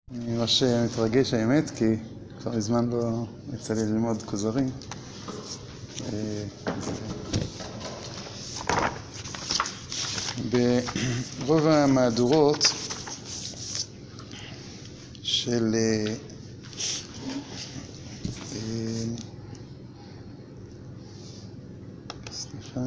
אני ממש מתרגש האמת, כי כבר מזמן לא יצא לי ללמוד כוזרי. ברוב המהדורות של סליחה,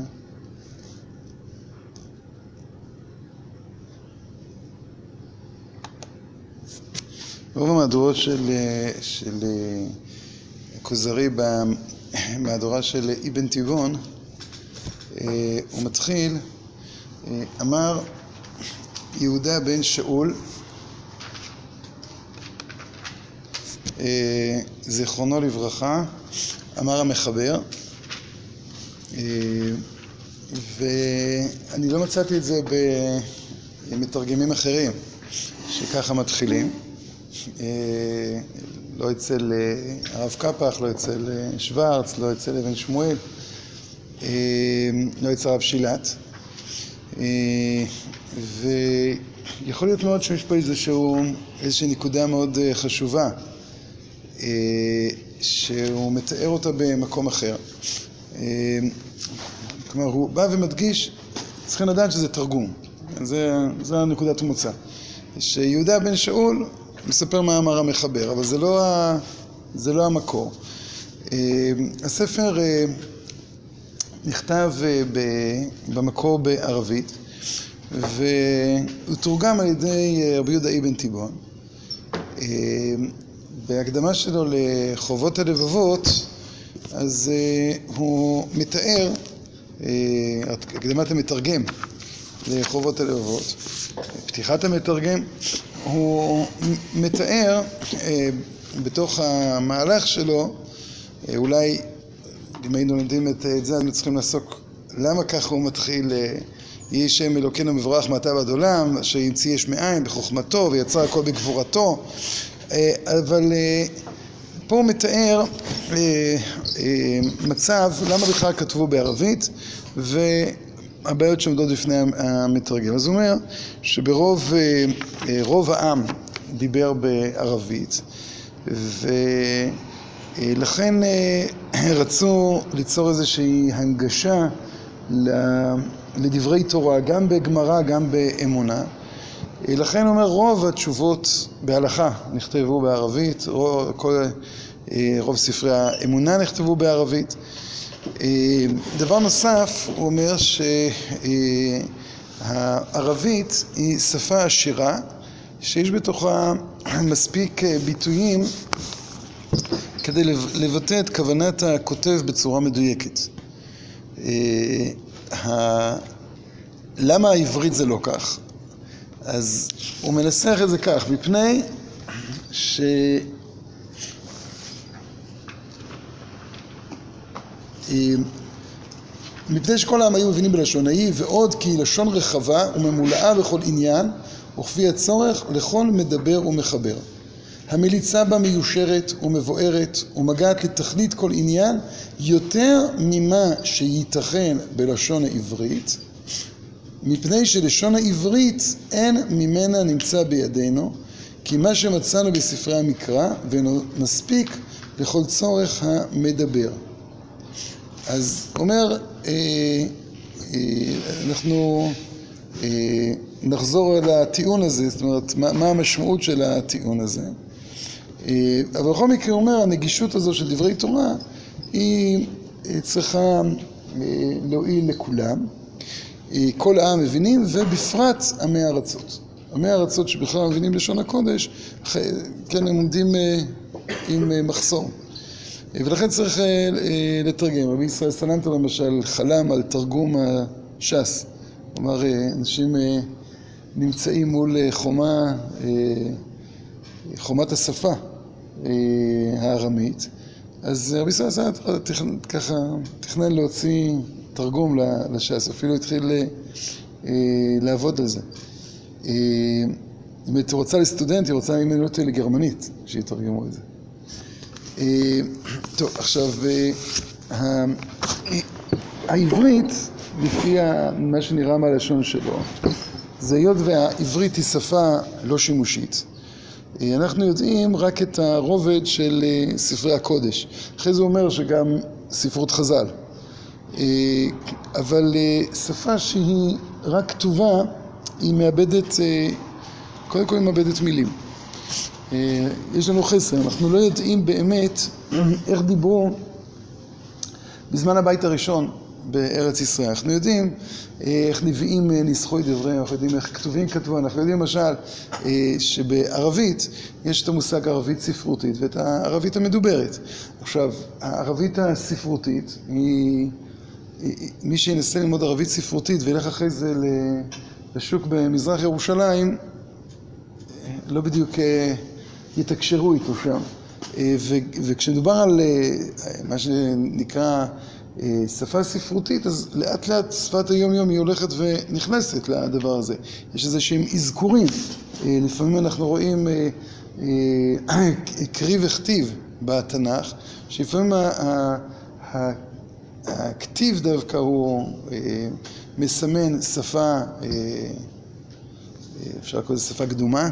רוב המהדורות של כוזרי במהדורה של אבן תיבון, הוא מתחיל, אמר יהודה בן שאול, זיכרונו לברכה, אמר המחבר, ואני לא מצאתי את זה במתרגמים אחרים שככה מתחילים, לא אצל הרב קפח, לא אצל שוורץ, לא אצל אבן שמואל, לא אצל הרב שילת, ויכול להיות מאוד שיש פה איזושהי נקודה מאוד חשובה שהוא מתאר אותה במקום אחר. כלומר, הוא בא ומדגיש, צריכים לדעת שזה תרגום, זה הנקודת מוצא, שיהודה בן שאול מספר מה אמר המחבר, אבל זה לא המקור. הספר נכתב במקור בערבית, והוא תורגם על ידי רבי יהודה אבן תיבון. בהקדמה שלו לחובות הלבבות, אז הוא מתאר, הקדמת המתרגם לחובות הלבבות, פתיחת המתרגם, הוא מתאר בתוך המהלך שלו, אולי אם היינו לומדים את זה, היינו צריכים לעסוק למה ככה הוא מתחיל, יהי שם אלוקינו מבורך מעתה ועד עולם, אשר המציא יש מאין בחוכמתו ויצר הכל בגבורתו, אבל פה הוא מתאר מצב, למה בכלל כתבו בערבית, והבעיות שעומדות בפני המתרגם. אז הוא אומר שרוב העם דיבר בערבית, ולכן רצו ליצור איזושהי הנגשה לדברי תורה, גם בגמרא, גם באמונה. לכן הוא אומר, רוב התשובות בהלכה נכתבו בערבית, רוב ספרי האמונה נכתבו בערבית. דבר נוסף, הוא אומר שהערבית היא שפה עשירה, שיש בתוכה מספיק ביטויים כדי לבטא את כוונת הכותב בצורה מדויקת. למה העברית זה לא כך? אז הוא מנסח את זה כך, מפני שכל העם היו מבינים בלשון ההיא, ועוד כי לשון רחבה וממולאה בכל עניין, וכפי הצורך לכל מדבר ומחבר. המליצה בה מיושרת ומבוארת ומגעת לתכלית כל עניין, יותר ממה שייתכן בלשון העברית, מפני שלשון העברית אין ממנה נמצא בידינו, כי מה שמצאנו בספרי המקרא ונספיק לכל צורך המדבר. אז אומר, אנחנו נחזור אל הטיעון הזה, זאת אומרת, מה המשמעות של הטיעון הזה. אבל בכל מקרה הוא אומר, הנגישות הזו של דברי תורה היא צריכה להועיל לכולם, כל העם מבינים, ובפרט עמי הארצות. עמי הארצות שבכלל מבינים לשון הקודש, כן, הם עומדים עם מחסום. ולכן צריך לתרגם. רבי ישראל סלנטר למשל חלם על תרגום הש"ס. כלומר, אנשים נמצאים מול חומת השפה הארמית. אז רבי ישראל סלנטר ככה תכנן להוציא תרגום לש"ס, אפילו התחיל לעבוד על זה. אם היא רוצה לסטודנט, היא רוצה אם אני לא תהיה לגרמנית, שיתרגמו את זה. טוב, עכשיו, העברית, לפי מה שנראה מהלשון שלו, זה היות והעברית היא שפה לא שימושית, אנחנו יודעים רק את הרובד של ספרי הקודש. אחרי זה אומר שגם ספרות חז"ל. אבל שפה שהיא רק כתובה, היא מאבדת, קודם כל היא מאבדת מילים. יש לנו חסר, אנחנו לא יודעים באמת איך דיברו בזמן הבית הראשון בארץ ישראל. אנחנו יודעים איך נביאים ניסחו את דבריהם, אנחנו יודעים איך כתובים כתבו, אנחנו יודעים למשל שבערבית יש את המושג ערבית ספרותית ואת הערבית המדוברת. עכשיו, הערבית הספרותית היא, מי שינסה ללמוד ערבית ספרותית וילך אחרי זה לשוק במזרח ירושלים, לא בדיוק יתקשרו איתו שם. וכשמדובר על מה שנקרא שפה ספרותית, אז לאט לאט שפת היום יום היא הולכת ונכנסת לדבר הזה. יש איזה שהם אזכורים. לפעמים אנחנו רואים קריא וכתיב בתנ"ך, שלפעמים הכתיב דווקא הוא מסמן שפה, אפשר לקרוא לזה שפה קדומה,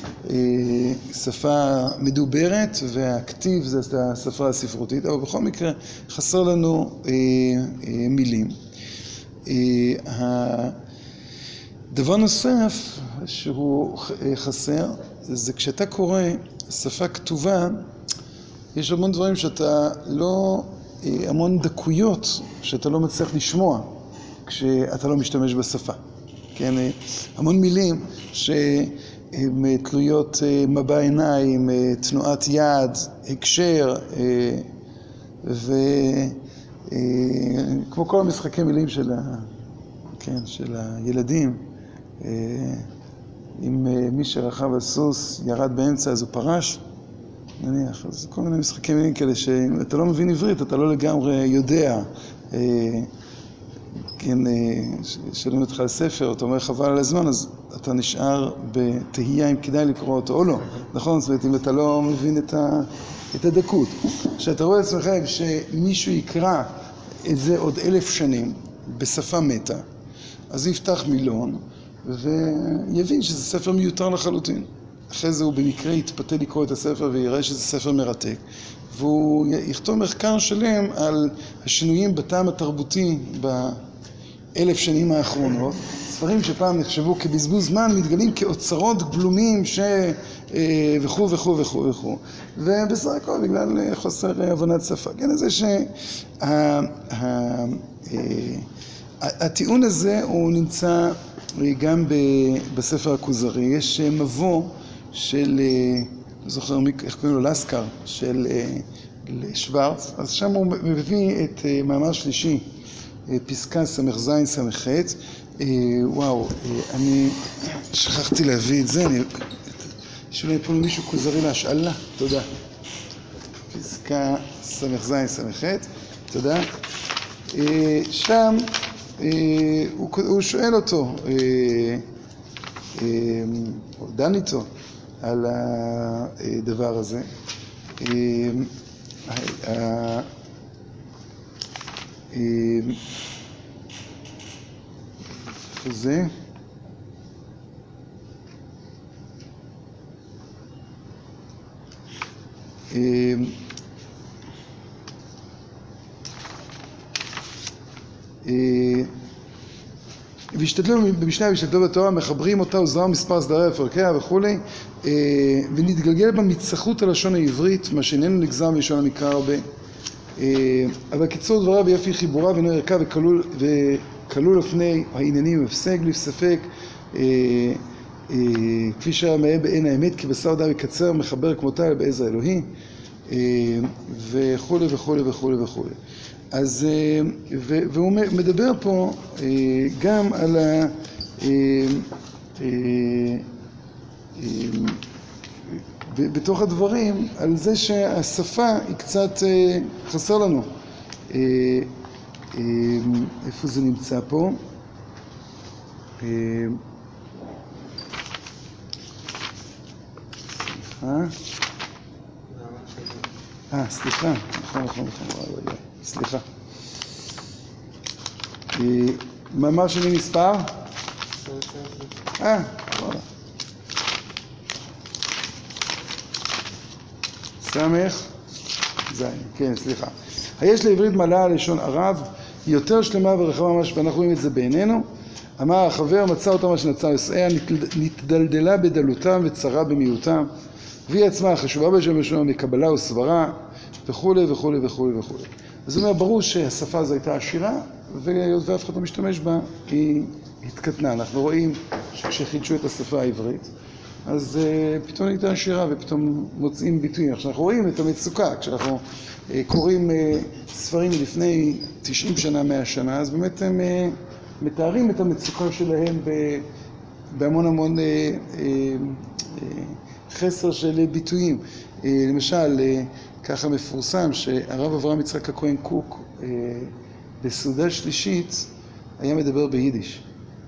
שפה מדוברת, והכתיב זה השפה הספרותית, אבל בכל מקרה חסר לנו מילים. הדבר נוסף שהוא חסר, זה כשאתה קורא שפה כתובה, יש המון דברים שאתה לא, המון דקויות שאתה לא מצליח לשמוע כשאתה לא משתמש בשפה. כן, המון מילים שהן תלויות מבע עיניים, תנועת יד, הקשר, וכמו כל המשחקי מילים של הילדים, אם מי שרכב על סוס ירד באמצע אז הוא פרש, נניח, אז כל מיני משחקי מילים כאלה שאם אתה לא מבין עברית אתה לא לגמרי יודע, כן, שואלים אותך על ספר, אתה אומר חבל על הזמן, אז אתה נשאר בתהייה אם כדאי לקרוא אותו או לא, נכון? זאת אומרת, אם אתה לא מבין את הדקות. כשאתה רואה לעצמך שמישהו יקרא את זה עוד 1000 שנים בשפה מתה, אז יפתח מילון ויבין שזה ספר מיותר לחלוטין. אחרי זה הוא במקרה יתפתה לקרוא את הספר ויראה שזה ספר מרתק, והוא יכתוב מחקר שלם על השינויים בטעם התרבותי ב1000 שנים האחרונות. ספרים שפעם נחשבו כבזבוז זמן מתגלים כאוצרות גלומים וכו' וכו' וכו' וכו'. ובסך הכל בגלל חוסר הבנת שפה. כן, זה הטיעון הזה הוא נמצא גם בספר הכוזרי. יש מבוא של, לא זוכר איך קוראים לו, לסקר, של שוורץ. אז שם הוא מביא את מאמר שלישי, פסקה סמך זין סמך חץ. וואו, אני שכחתי להביא את זה, שאולי פה מישהו כוזרי להשאלה, תודה. פסקה סמך זין סמך חץ, תודה. שם הוא שואל אותו, הוא דן איתו על הדבר הזה. זה והשתדלו במשנה והשתדלו בתורה, מחברים אותה עוזרה מספר סדרי ופרקיה וכו', ונתגלגל במצחות הלשון העברית, מה שאיננו נגזר מלשון המקרא הרבה. אבל קיצור דברה ביפי חיבורה ואינו ערכה וכלול לפני העניינים הפסק בלי ספק, כפי שהיה בעין האמת, כי בשר דם יקצר מחבר כמותה בעזר אלוהי, וכו' וכו' וכו' וכו'. אז, והוא מדבר פה גם על בתוך הדברים, על זה שהשפה היא קצת חסר לנו. איפה זה נמצא פה? סליחה. נכון. סליחה. מאמר שני מספר? וואלה. סמך זין, כן, סליחה. היש לעברית מעלה לשון ערב, היא יותר שלמה ורחבה ממש, ואנחנו רואים את זה בעינינו. אמר החבר, מצא אותם מה שנצא יסעיה, נתדלדלה בדלותם וצרה במיעוטם, והיא עצמה החשובה בשם ושם מקבלה וסברה, וכו' וכו' וכו' וכו'. אז הוא אומר, ברור שהשפה הזו הייתה עשירה, ואף אחד לא משתמש בה, היא התקטנה. אנחנו רואים שכשחידשו את השפה העברית, אז פתאום הייתה עשירה ופתאום מוצאים ביטויים. עכשיו אנחנו רואים את המצוקה, כשאנחנו קוראים ספרים לפני 90 שנה, 100 שנה, אז באמת הם מתארים את המצוקה שלהם בהמון המון חסר של ביטויים. למשל, ככה מפורסם שהרב אברהם יצחק הכהן קוק בסעודה שלישית היה מדבר ביידיש.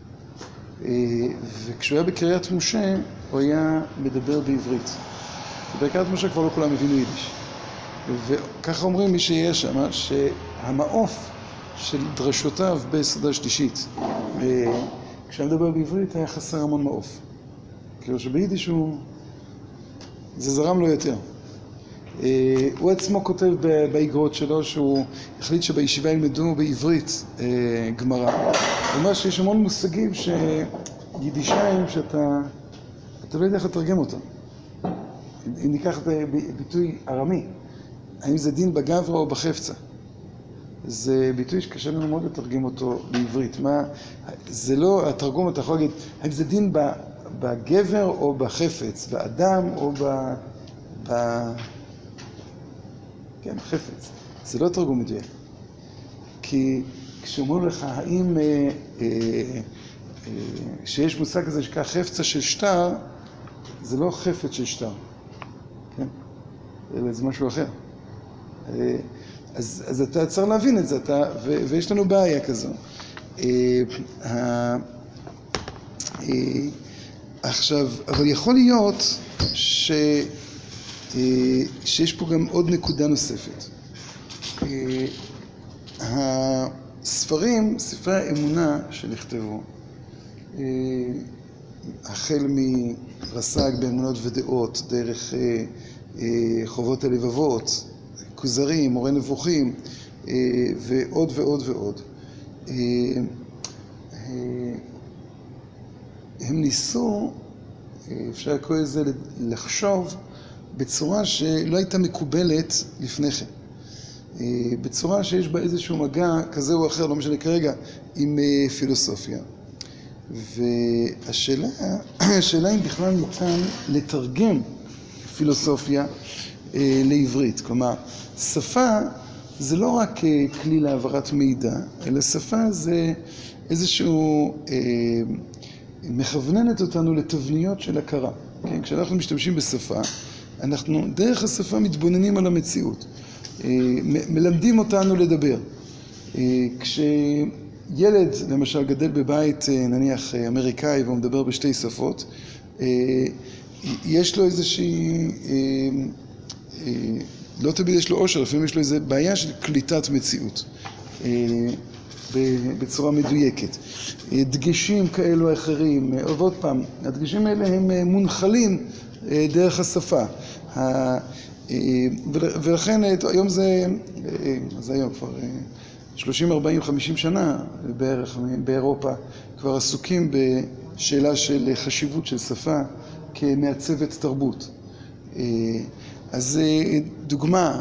וכשהוא היה בקריית משה הוא היה מדבר בעברית. בקריית משה כבר לא כולם הבינו יידיש. וככה אומרים מי שיש שם, שהמעוף של דרשותיו בסעודה שלישית, כשהיה מדבר בעברית היה חסר המון מעוף. כאילו שביידיש זה זרם לו יותר. הוא עצמו כותב באגרות שלו שהוא החליט שבישיבה ילמדו בעברית גמרא. הוא אומר שיש המון מושגים יידישיים שאתה לא יודע איך לתרגם אותם. אם ניקח את ביטוי ארמי, האם זה דין בגברא או בחפצה? זה ביטוי שקשה לנו מאוד לתרגם אותו בעברית. זה לא, התרגום אתה יכול להגיד, האם זה דין בגבר או בחפץ, באדם או כן, חפץ. זה לא תרגום מדויק. כי כשאומרים לך, האם שיש מושג כזה שקרה חפצה של שטר, זה לא חפץ של שטר. כן? אלא זה משהו אחר. אז אתה צריך להבין את זה, ויש לנו בעיה כזו. עכשיו, אבל יכול להיות שיש פה גם עוד נקודה נוספת. הספרים, ספרי האמונה שנכתבו, החל מרס"ג באמונות ודעות, דרך חובות הלבבות, כוזרים, מורה נבוכים, ועוד ועוד ועוד. הם ניסו, אפשר לקרוא לזה, לחשוב בצורה שלא הייתה מקובלת לפני כן. בצורה שיש בה איזשהו מגע כזה או אחר, לא משנה כרגע, עם פילוסופיה. השאלה אם בכלל ניתן לתרגם פילוסופיה לעברית. כלומר, שפה זה לא רק כלי להעברת מידע, אלא שפה זה איזשהו מכווננת אותנו לתבניות של הכרה. כן? כשאנחנו משתמשים בשפה, אנחנו דרך השפה מתבוננים על המציאות. מלמדים אותנו לדבר. כשילד למשל גדל בבית נניח אמריקאי והוא מדבר בשתי שפות, יש לו איזושהי, לא תמיד יש לו עושר, לפעמים יש לו איזו בעיה של קליטת מציאות בצורה מדויקת. דגשים כאלו אחרים, עוד פעם, הדגשים האלה הם מונחלים דרך השפה. ולכן היום זה היום כבר 30, 40, 50 שנה בערך באירופה כבר עסוקים בשאלה של חשיבות של שפה כמעצבת תרבות. אז דוגמה,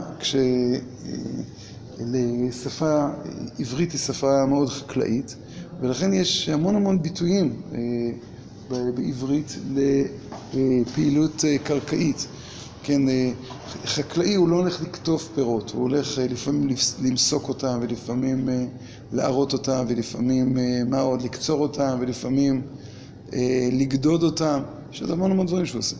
כששפה עברית היא שפה מאוד חקלאית, ולכן יש המון המון ביטויים בעברית לפעילות קרקעית. כן, חקלאי הוא לא הולך לקטוף פירות, הוא הולך לפעמים למסוק אותם, ולפעמים לערות אותם, ולפעמים מה עוד, לקצור אותם, ולפעמים לגדוד אותם. יש עוד המון המון דברים שהוא עושה.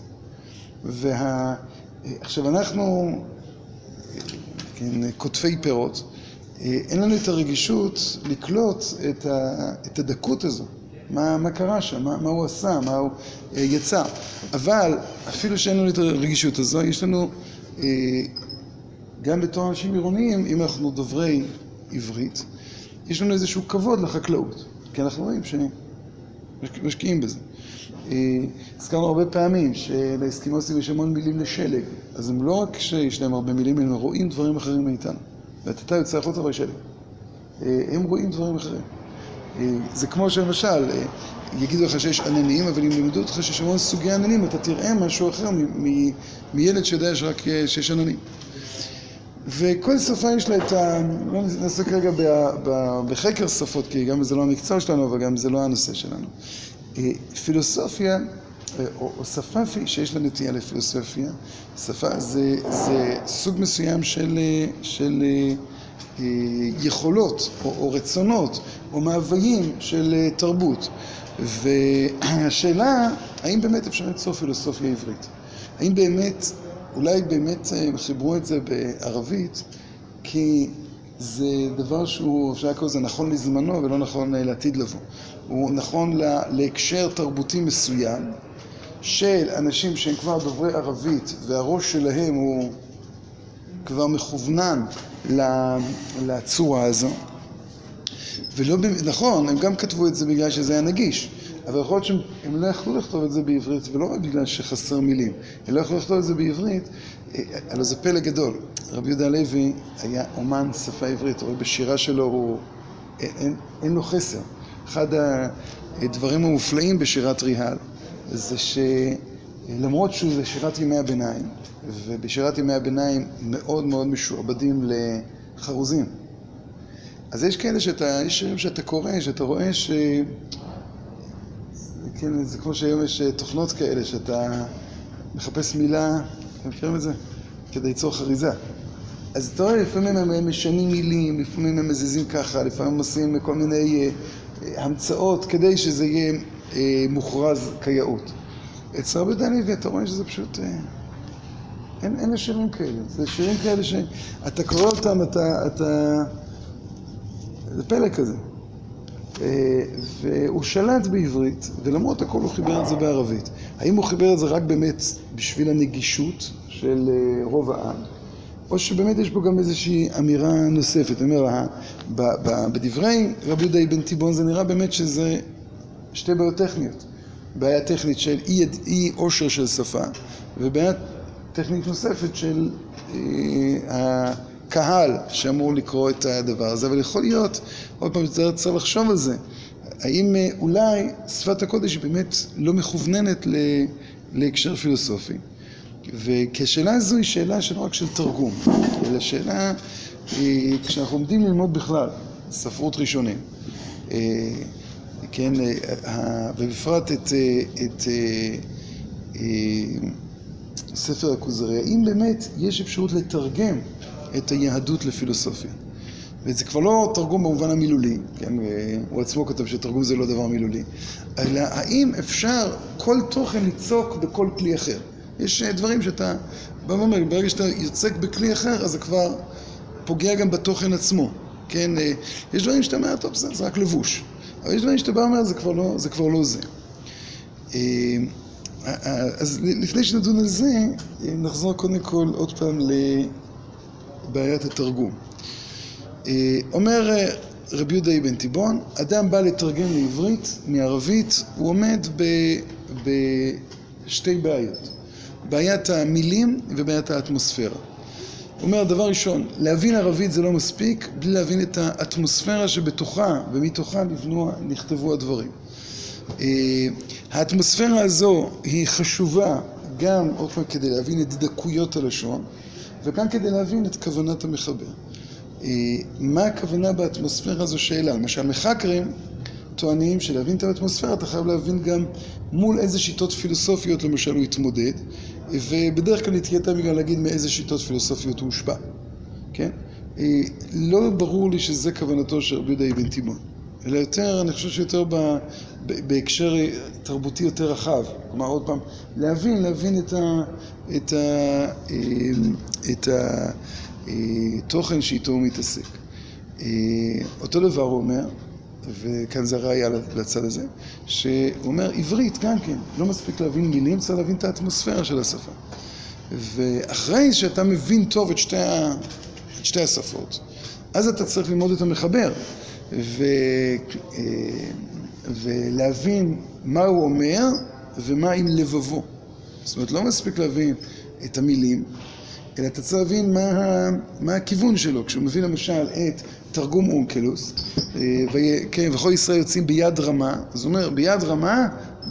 עכשיו אנחנו, כן, כותפי פירות, אין לנו את הרגישות לקלוט את הדקות הזו. מה קרה שם, מה הוא עשה, מה הוא יצא. אבל אפילו שאין לנו את הרגישות הזו, יש לנו, גם בתור אנשים עירוניים, אם אנחנו דוברי עברית, יש לנו איזשהו כבוד לחקלאות. כי אנחנו רואים משקיעים בזה. הזכרנו הרבה פעמים שלאסקימוסים יש המון מילים לשלג, אז הם לא רק שיש להם הרבה מילים, הם רואים דברים אחרים מאיתנו. ואתה יוצא החוצה בשלג. הם רואים דברים אחרים. זה כמו שלמשל, יגידו לך שיש עננים, אבל אם לימדו אותך שיש המון סוגי עננים, אתה תראה משהו אחר מילד שיודע שיש עננים. וכל שפה יש לה את ה... נעשה כרגע בחקר שפות, כי גם זה לא המקצוע שלנו, אבל גם זה לא הנושא שלנו. פילוסופיה, או שפה שיש לה נטייה לפילוסופיה, שפה זה סוג מסוים של יכולות, או רצונות, או מאוויים של תרבות. והשאלה, האם באמת אפשר ליצור פילוסופיה עברית? האם באמת, אולי באמת חיברו את זה בערבית, כי זה דבר שהוא, אפשר לקרוא לזה נכון לזמנו ולא נכון לעתיד לבוא. הוא נכון להקשר תרבותי מסוים של אנשים שהם כבר דוברי ערבית והראש שלהם הוא כבר מכוונן לצורה הזו. ולא, נכון, הם גם כתבו את זה בגלל שזה היה נגיש, אבל יכול להיות שהם לא יכלו לכתוב את זה בעברית, ולא רק בגלל שחסר מילים, הם לא יכלו לכתוב את זה בעברית, אבל זה פלא גדול. רבי יהודה הלוי היה אומן שפה עברית, רואה בשירה שלו, אין לו חסר. אחד הדברים המופלאים בשירת ריהל, זה שלמרות שזה שירת ימי הביניים, ובשירת ימי הביניים מאוד מאוד משועבדים לחרוזים, אז יש כאלה יש שירים שאתה קורא, שאתה רואה כן, זה כמו שהיום יש תוכנות כאלה, שאתה מחפש מילה, אתם מכירים את זה? כדי ליצור חריזה. אז אתה רואה, לפעמים הם משנים מילים, לפעמים הם מזיזים ככה, לפעמים הם עושים כל מיני המצאות כדי שזה יהיה מוכרז כיאות. אצל רבי יהודה הלוי אתה רואה שזה פשוט... אין לשירים כאלה. זה שירים כאלה שאתה קורא אותם, זה פלא כזה. והוא שלט בעברית, ולמרות הכל הוא חיבר את זה בערבית. האם הוא חיבר את זה רק באמת בשביל הנגישות של רוב העם, או שבאמת יש בו גם איזושהי אמירה נוספת? אני אומר, בדברי רבי יהודה בן תיבון זה נראה באמת שזה שתי בעיות טכניות. בעיה טכנית של אי עושר של שפה, ובעיה טכנית נוספת של הקהל שאמור לקרוא את הדבר הזה. אבל יכול להיות, עוד פעם צריך לחשוב על זה, האם אולי שפת הקודש באמת לא מכווננת להקשר פילוסופי, וכשאלה הזו היא שאלה שלא רק של תרגום, אלא שאלה כשאנחנו עומדים ללמוד בכלל ספרות ראשונים, כן, ובפרט את ספר הכוזרי, האם באמת יש אפשרות לתרגם את היהדות לפילוסופיה? וזה כבר לא תרגום במובן המילולי, כן? הוא עצמו כתב שתרגום זה לא דבר מילולי, אלא האם אפשר כל תוכן ליצוק בכל כלי אחר? יש דברים שאתה אומר, ברגע שאתה יוצק בכלי אחר, אז זה כבר פוגע גם בתוכן עצמו, כן? יש דברים שאתה אומר, טוב, זה רק לבוש, אבל יש דברים שאתה בא ואומר, זה כבר לא זה. אז לפני שנדון על זה, נחזור קודם כל עוד פעם לבעיית התרגום. אומר רבי יהודה בן תיבון, אדם בא לתרגם לעברית מערבית, הוא עומד בשתי בעיות, בעיית המילים ובעיית האטמוספירה. הוא אומר, דבר ראשון, להבין ערבית זה לא מספיק בלי להבין את האטמוספירה שבתוכה ומתוכה נכתבו הדברים. האטמוספירה הזו היא חשובה גם עוד פעם כדי להבין את דקויות הלשון, וגם כדי להבין את כוונת המחבר. מה הכוונה באטמוספירה זו שאלה. למשל, מחקרים טוענים שלהבין את האטמוספירה אתה חייב להבין גם מול איזה שיטות פילוסופיות למשל הוא התמודד, ובדרך כלל נתייתה בגלל להגיד מאיזה שיטות פילוסופיות הוא הושפע, כן? לא ברור לי שזה כוונתו של רבי יהודה בן תיבון, אלא יותר, אני חושב שיותר בהקשר תרבותי יותר רחב. כלומר, עוד פעם, להבין את התוכן שאיתו הוא מתעסק. אותו דבר הוא אומר, וכאן זה ראיה לצד הזה, שהוא אומר, עברית גם כן, לא מספיק להבין מילים, צריך להבין את האטמוספירה של השפה. ואחרי שאתה מבין טוב את שתי השפות, אז אתה צריך ללמוד את המחבר. ולהבין מה הוא אומר ומה עם לבבו. זאת אומרת, לא מספיק להבין את המילים, אלא אתה צריך להבין מה הכיוון שלו. כשהוא מביא למשל את תרגום אונקלוס, כן, וכל ישראל יוצאים ביד רמה, אז הוא אומר, ביד רמה,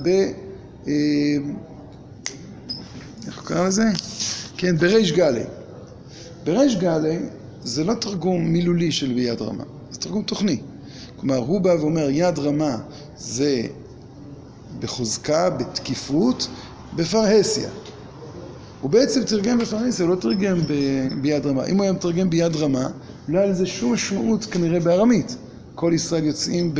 איך הוא קרא לזה? כן, בריש גלי. בריש גלי זה לא תרגום מילולי של ביד רמה, זה תרגום תוכני. כלומר, הוא בא ואומר, יד רמה זה בחוזקה, בתקיפות, בפרהסיה. הוא בעצם תרגם בפרהסיה, הוא לא תרגם ביד רמה. אם הוא היה מתרגם ביד רמה, לא היה לזה שום משמעות כנראה בארמית. כל ישראל יוצאים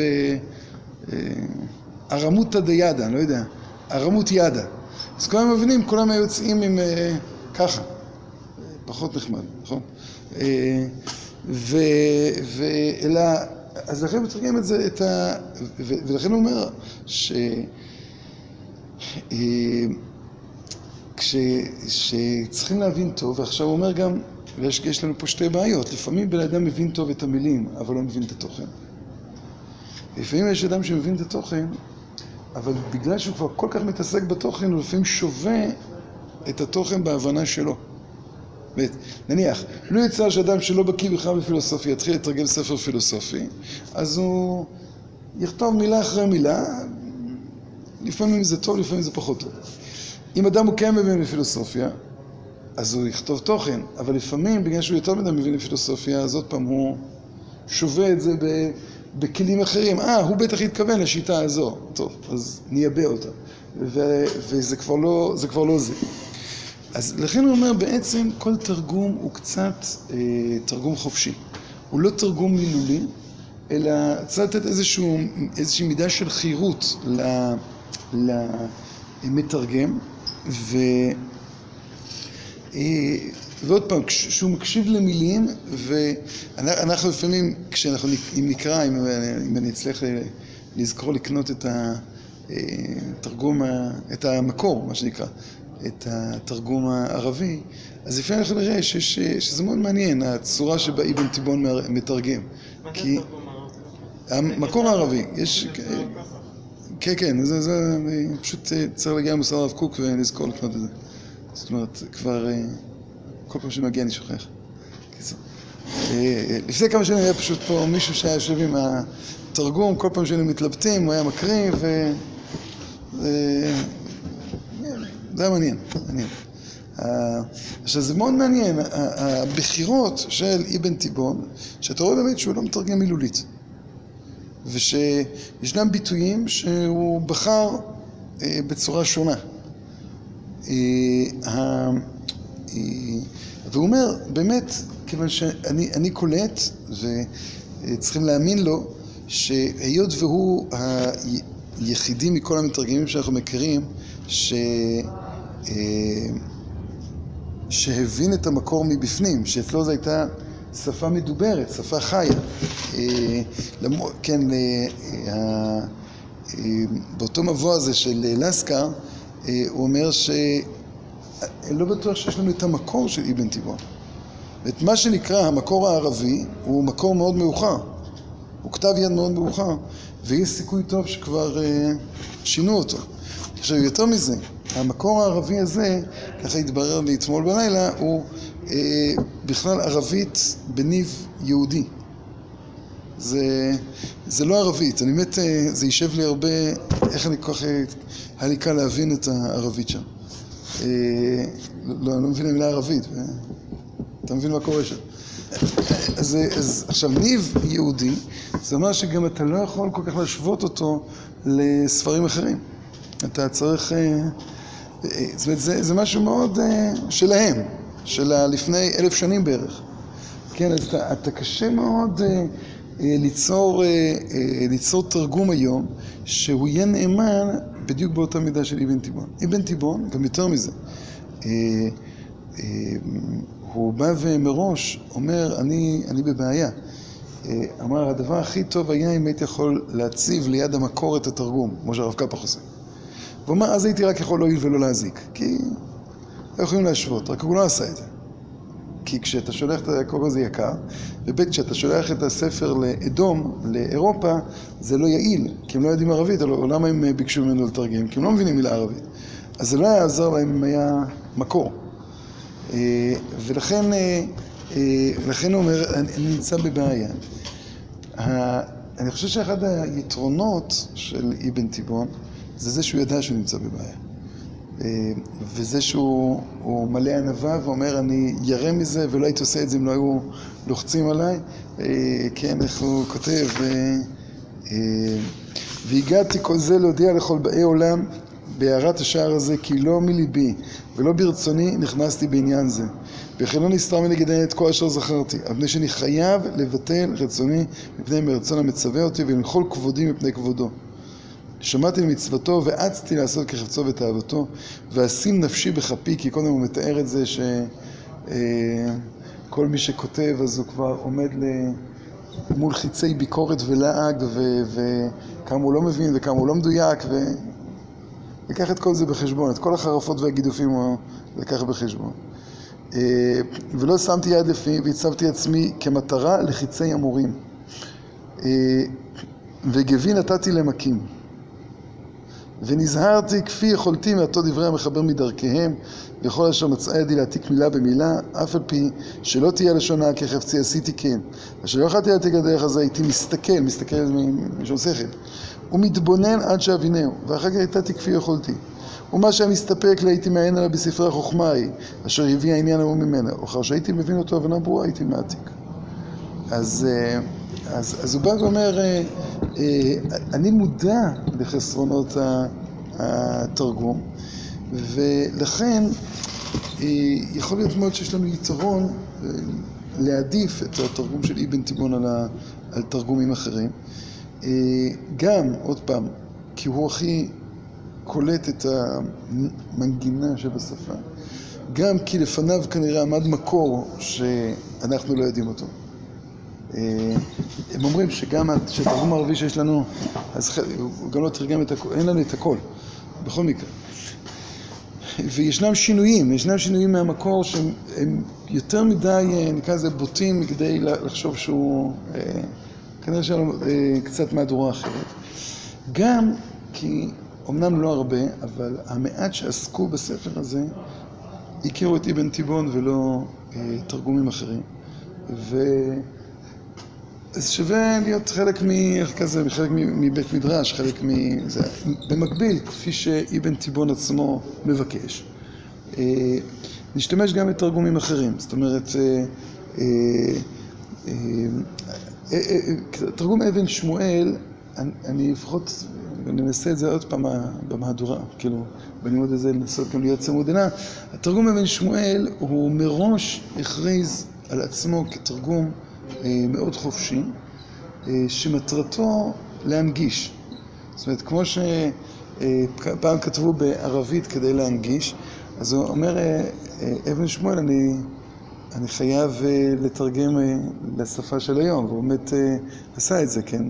בארמותא דידה, אני לא יודע, ארמות ידה. אז כולם מבינים, כולם היוצאים עם ככה. פחות נחמד, נכון? אלא, אז לכן הוא תרגם את זה, ולכן הוא אומר כשצריכים להבין טוב, ועכשיו הוא אומר גם, ויש לנו פה שתי בעיות, לפעמים בן אדם מבין טוב את המילים, אבל לא מבין את התוכן. לפעמים יש אדם שמבין את התוכן, אבל בגלל שהוא כבר כל כך מתעסק בתוכן, הוא לפעמים שווה את התוכן בהבנה שלו. נניח, לא יצא שאדם שלא בקיא בכלל בפילוסופיה יתחיל לתרגם ספר פילוסופי, אז הוא יכתוב מילה אחרי מילה, לפעמים זה טוב, לפעמים זה פחות טוב. אם אדם הוא כן מבין בפילוסופיה, אז הוא יכתוב תוכן, אבל לפעמים בגלל שהוא יותר מדי מבין בפילוסופיה, אז עוד פעם הוא שווה את זה בכלים אחרים. הוא בטח התכוון לשיטה הזו. טוב, אז נייבא אותה. וזה כבר לא זה. אז לכן הוא אומר, בעצם כל תרגום הוא קצת תרגום חופשי. הוא לא תרגום מילולי, אלא צריך לתת איזושהי מידה של חירות למתרגם, ועוד פעם, כשהוא מקשיב למילים, ואנחנו לפעמים, כשאנחנו נקרא, אם אני אצליח לזכור לקנות את התרגום, את המקור, מה שנקרא, את התרגום הערבי, אז לפעמים אנחנו נראה שזה מאוד מעניין, הצורה שבה אבן תיבון מתרגם. מה זה התרגום הערבי? המקור הערבי, יש... כן, זה פשוט צריך להגיע למוסר הרב קוק ולזכור לקנות את זה. זאת אומרת, כבר כל פעם שמגיע אני שוכח. לפני כמה שנים היה פשוט פה מישהו שהיה יושב עם התרגום, כל פעם שהיינו מתלבטים, הוא היה מקריא, זה היה מעניין. עכשיו זה מאוד מעניין, הבחירות של אבן תיבון, שאתה רואה באמת שהוא לא מתרגם מילולית, ושישנם ביטויים שהוא בחר בצורה שונה. והוא אומר, באמת, כיוון שאני קולט, וצריכים להאמין לו, שהיות והוא היחידי מכל המתרגמים שאנחנו מכירים, שהבין את המקור מבפנים, שאצלו זו הייתה שפה מדוברת, שפה חיה. כן, באותו מבוא הזה של לסקר, הוא אומר לא בטוח שיש לנו את המקור של אבן תיבון. ואת מה שנקרא המקור הערבי הוא מקור מאוד מאוחר. הוא כתב יד מאוד מאוחר, ויש סיכוי טוב שכבר שינו אותו. עכשיו, יותר מזה, המקור הערבי הזה, ככה התברר לי אתמול בלילה, הוא בכלל ערבית בניב יהודי. זה לא ערבית, אני באמת, זה יישב לי הרבה, איך אני כל כך, היה לי קל להבין את הערבית שם. לא מבין המילה ערבית, אתה מבין מה קורה שם. אז עכשיו, ניב יהודי, זה אומר שגם אתה לא יכול כל כך להשוות אותו לספרים אחרים. אתה צריך, זאת אומרת, זה משהו מאוד שלהם, של לפני 1000 שנים בערך. כן, אז אתה קשה מאוד ליצור תרגום היום, שהוא יהיה נאמן בדיוק באותה מידה של אבן תיבון. אבן תיבון, גם יותר מזה, הוא בא ומראש אומר, אני בבעיה. אמר, הדבר הכי טוב היה אם הייתי יכול להציב ליד המקור את התרגום, כמו שהרב קפח עושה. והוא אומר, אז הייתי רק יכול להועיל ולא להזיק, כי לא יכולים להשוות, רק הוא לא עשה את זה. כי כשאתה שולח את הקורא זה יקר, וב' כשאתה שולח את הספר לאדום, לאירופה, זה לא יעיל, כי הם לא יודעים ערבית, או למה הם ביקשו ממנו לתרגם? כי הם לא מבינים מילה ערבית. אז זה לא היה עזר להם אם היה מקור. ולכן הוא אומר, אני נמצא בבעיה. אני חושב שאחד היתרונות של אבן תיבון, זה שהוא ידע שהוא נמצא בבעיה. וזה שהוא מלא ענווה ואומר אני ירא מזה ולא הייתי עושה את זה אם לא היו לוחצים עליי. כן, איך הוא כותב, והגעתי כל זה להודיע לכל באי עולם בהערת השער הזה כי לא מליבי ולא ברצוני נכנסתי בעניין זה וכן לא נסתר מנגד את כל אשר זכרתי אבל שאני חייב לבטל רצוני מפני מרצון המצווה אותי ולמחול כבודי מפני כבודו. שמעתי למצוותו ועצתי לעשות כחפצו ותאוותו ואשים נפשי בכפי, כי קודם הוא מתאר את זה שכל מי שכותב אז הוא כבר עומד מול חיצי ביקורת ולעג וכמה הוא לא מבין וכמה הוא לא מדויק ולקח את כל זה בחשבון, את כל החרפות והגידופים הוא לקח בחשבון. ולא שמתי יד לפי והצבתי עצמי כמטרה לחיצי אמורים וגבי נתתי למקים ונזהרתי כפי יכולתי מאותו דברי המחבר מדרכיהם וכל אשר מצאה ידי להעתיק מילה במילה אף על פי שלא תהיה לשונה כחפצי עשיתי כן אשר לא יכולתי להעתיק הדרך הזה הייתי מסתכל משום שכל ומתבונן עד שאבינהו ואחר כך הייתי כפי יכולתי ומה שהמסתפק להייתי מעיין עליו בספרי החוכמה היא אשר הביא העניין ההוא ממנה ואחר שהייתי מבין אותו הבנה ברורה הייתי מעתיק. אז הוא בא ואומר, אני מודע לחסרונות התרגום, ולכן יכול להיות מאוד שיש לנו יתרון להעדיף את התרגום של אבן תיבון על תרגומים אחרים. גם, עוד פעם, כי הוא הכי קולט את המנגינה שבשפה, גם כי לפניו כנראה עמד מקור שאנחנו לא יודעים אותו. הם אומרים שגם שהתרגום הערבי שיש לנו, אז הוא גם לא תרגם את הכל, אין לנו את הכל, בכל מקרה. וישנם שינויים מהמקור שהם יותר מדי, נקרא לזה בוטים, מכדי לחשוב שהוא, כנראה שהיה לו קצת מהדורה אחרת. גם כי, אמנם לא הרבה, אבל המעט שעסקו בספר הזה, הכירו את אבן תיבון ולא תרגומים אחרים. אז שווה להיות חלק חלק מבית מדרש, חלק מזה. במקביל, כפי שאבן תיבון עצמו מבקש, נשתמש גם בתרגומים אחרים. זאת אומרת, תרגום אבן שמואל, אני לפחות ננסה את זה עוד פעם במהדורה, כאילו, בלימוד הזה לנסות גם להיות צמוד עינה. התרגום אבן שמואל הוא מראש הכריז על עצמו כתרגום מאוד חופשי, שמטרתו להנגיש. זאת אומרת, כמו שפעם כתבו בערבית כדי להנגיש, אז הוא אומר, אבן שמואל, אני חייב לתרגם לשפה של היום, והוא באמת עשה את זה, כן?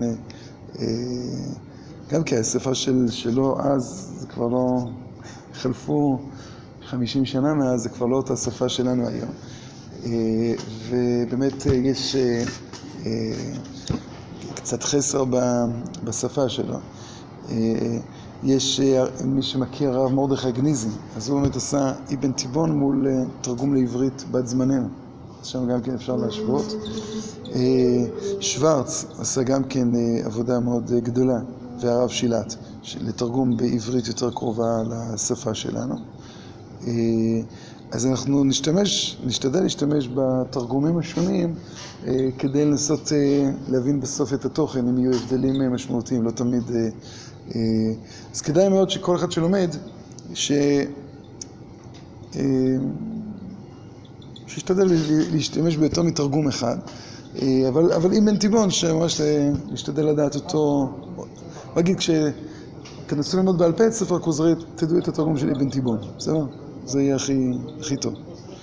גם כי השפה שלו אז, זה כבר לא, חלפו 50 שנה מאז, זה כבר לא אותה שפה שלנו היום. ובאמת יש קצת חסר בשפה שלו. יש מי שמכיר הרב מרדכי גניזי, אז הוא באמת עשה אבן תיבון מול תרגום לעברית בת זמננו. שם גם כן אפשר להשוות. שוורץ עשה גם כן עבודה מאוד גדולה, והרב שילת, לתרגום בעברית יותר קרובה לשפה שלנו. אז אנחנו נשתדל להשתמש בתרגומים השונים כדי לנסות להבין בסוף את התוכן, אם יהיו הבדלים משמעותיים, לא תמיד. אז כדאי מאוד שכל אחד שלומד, שישתדל להשתמש ביותר מתרגום אחד, אבל אבן תיבון שממש להשתדל לדעת אותו, להגיד כשתנסו ללמוד בעל פה את ספר כוזרי, תדעו את התרגום של אבן תיבון, בסדר? זה יהיה הכי טוב.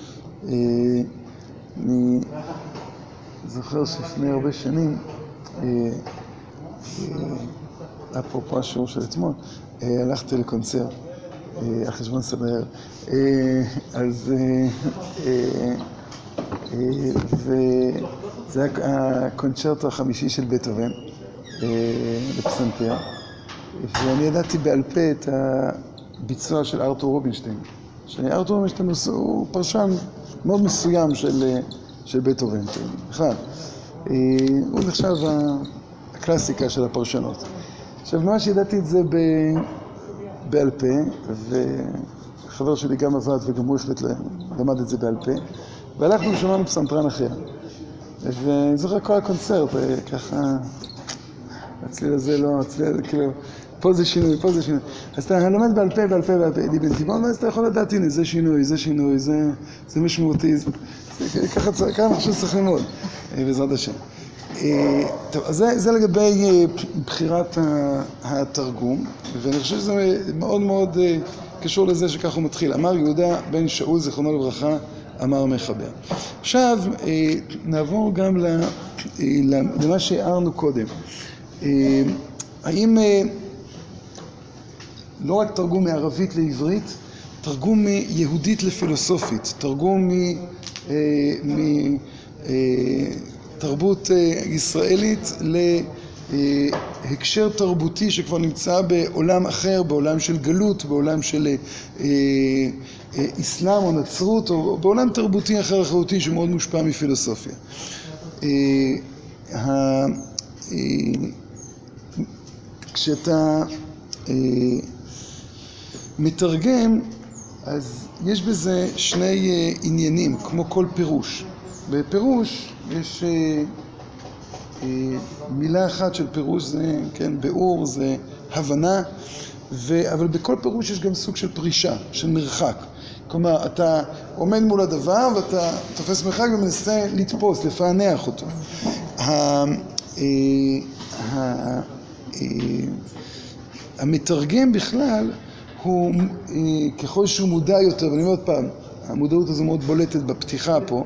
אני זוכר שלפני הרבה שנים, אפרופו השיעור של אתמול, הלכתי לקונצרט, על חשבון סדר. אז וזה הקונצ'רטו החמישי של בטהובן, לפסנתר. ואני ידעתי בעל פה את הביצוע של ארתור רובינשטיין. שארתור רובינשטיין הוא פרשן מאוד מסוים של בטהובן, בכלל. הוא נחשב הקלאסיקה של הפרשנות. עכשיו, ממש ידעתי את זה בעל פה, וחבר שלי גם עבד וגם הוא החליט למד את זה בעל פה, והלכנו ושמענו פסנתרן אחר. וזוכר כל הקונצרט, ככה, הצליל הזה לא, הצליל, כאילו, פה זה שינוי, פה זה שינוי. אז אתה לומד בעל פה, בעל פה, בעל פה, בן תיבון, ואז אתה יכול לדעת, הנה, זה שינוי, זה שינוי, זה משמעותי, ככה אני חושב שצריך ללמוד, בעזרת השם. טוב, אז זה לגבי בחירת התרגום, ואני חושב שזה מאוד מאוד קשור לזה שכך הוא מתחיל. אמר יהודה בן שאול, זיכרונו לברכה, אמר מחבר. עכשיו נעבור גם למה שהערנו קודם. האם לא רק תרגום מערבית לעברית, תרגום מיהודית לפילוסופית, תרגום מתרבות ישראלית להקשר תרבותי שכבר נמצא בעולם אחר, בעולם של גלות, בעולם של אסלאם או נצרות, או בעולם תרבותי אחר לחלוטין שמאוד מושפע מפילוסופיה. כשאתה מתרגם, אז יש בזה שני עניינים, כמו כל פירוש. בפירוש יש מילה אחת של פירוש, זה כן, ביאור, זה הבנה, אבל בכל פירוש יש גם סוג של פרישה, של מרחק. כלומר, אתה עומד מול הדבר ואתה תופס מרחק ומנסה לתפוס, לפענח אותו. המתרגם בכלל הוא, ככל שהוא מודע יותר, ואני אומר עוד פעם, המודעות הזו מאוד בולטת בפתיחה פה,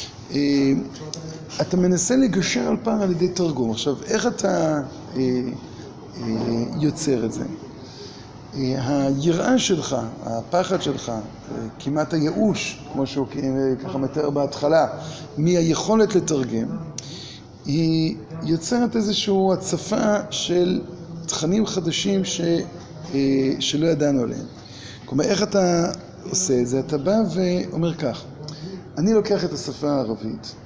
אתה מנסה לגשר על פעם על ידי תרגום. עכשיו, איך אתה יוצר את זה? היראה שלך, הפחד שלך, כמעט הייאוש, כמו שהוא ככה מתאר בהתחלה, מהיכולת לתרגם, היא יוצרת איזושהי הצפה של תכנים חדשים שלא ידענו עליהם. כלומר, איך אתה עושה את זה? אתה בא ואומר כך, אני לוקח את השפה הערבית,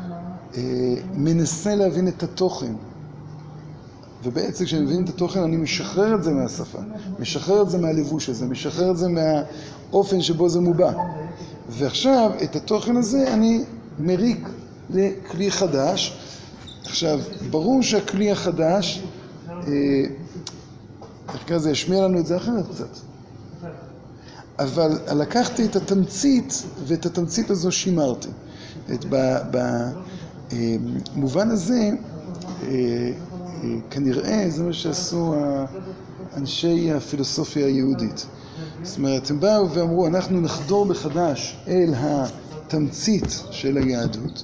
מנסה להבין את התוכן, ובעצם כשאני מבין את התוכן אני משחרר את זה מהשפה, משחרר את זה מהלבוש הזה, משחרר את זה מהאופן שבו זה מובע. ועכשיו את התוכן הזה אני מריק לכלי חדש. עכשיו, ברור שהכלי החדש, זה ישמיע לנו את זה אחרת קצת. אבל לקחתי את התמצית, ואת התמצית הזו שימרתי. במובן הזה, כנראה זה מה שעשו אנשי הפילוסופיה היהודית. זאת אומרת, הם באו ואמרו, אנחנו נחדור בחדש אל התמצית של היהדות,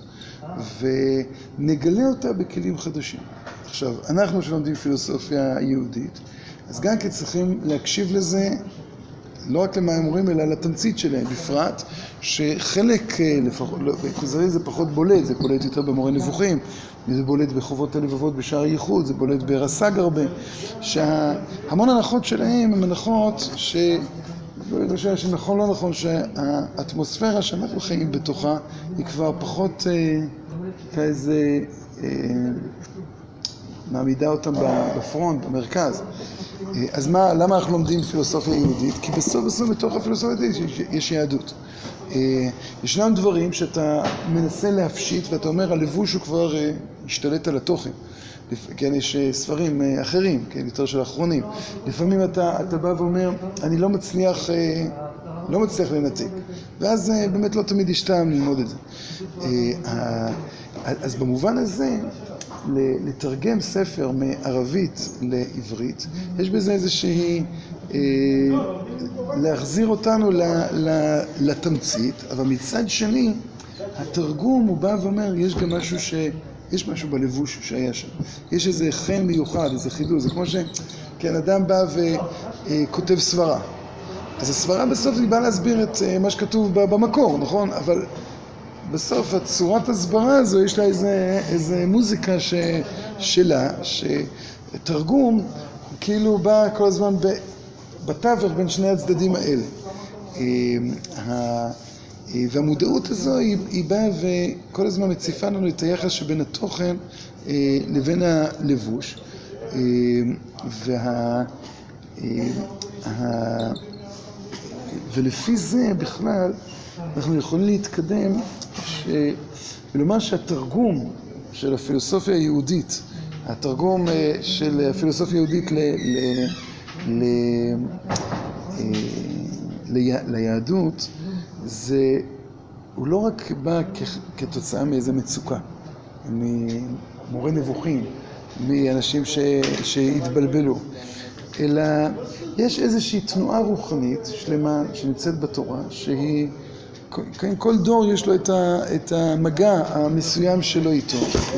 ונגלה אותה בכלים חדשים. עכשיו, אנחנו שלומדים פילוסופיה יהודית, אז גם כי צריכים להקשיב לזה, לא רק למה הם אומרים, אלא לתמצית שלהם, בפרט שחלק, בכוזרי זה פחות בולט, זה בולט יותר במורה נבוכים, זה בולט בחובות הלבבות בשער הייחוד, זה בולט ברס"ג הרבה, שהמון הנחות שלהם הן הנחות שנכון לא נכון, שהאטמוספירה שאנחנו חיים בתוכה היא כבר פחות כאיזה מעמידה אותם בפרונט, במרכז. אז למה אנחנו לומדים פילוסופיה יהודית? כי בסוף בתוך הפילוסופיה היהודית יש יהדות. ישנם דברים שאתה מנסה להפשיט ואתה אומר, הלבוש הוא כבר השתלט על התוכן. כן, יש ספרים אחרים, כן, יותר של האחרונים. לפעמים אתה בא ואומר, אני לא מצליח לנתק. ואז באמת לא תמיד יש טעם ללמוד את זה. אז במובן הזה, לתרגם ספר מערבית לעברית, יש בזה איזושהי, להחזיר אותנו לתמצית, אבל מצד שני, התרגום הוא בא ואומר, יש גם משהו יש משהו בלבוש שהיה שם. יש איזה חן מיוחד, איזה חידוש. זה כמו כן, אדם בא וכותב סברה. אז הסברה בסוף היא באה להסביר את מה שכתוב במקור, נכון? אבל בסוף הצורת הסברה הזו יש לה איזה מוזיקה שלה, שתרגום כאילו בא כל הזמן בתווך בין שני הצדדים האלה. והמודעות הזו היא באה וכל הזמן מציפה לנו את היחס שבין התוכן לבין הלבוש. ולפי זה בכלל אנחנו יכולים להתקדם ולומר שהתרגום של הפילוסופיה היהודית, התרגום של הפילוסופיה היהודית ליהדות, הוא לא רק בא כתוצאה מאיזה מצוקה, ממורה נבוכים, מאנשים שהתבלבלו, אלא יש איזושהי תנועה רוחנית שלמה שנמצאת בתורה, שהיא, כל דור יש לו את המגע המסוים שלו איתו,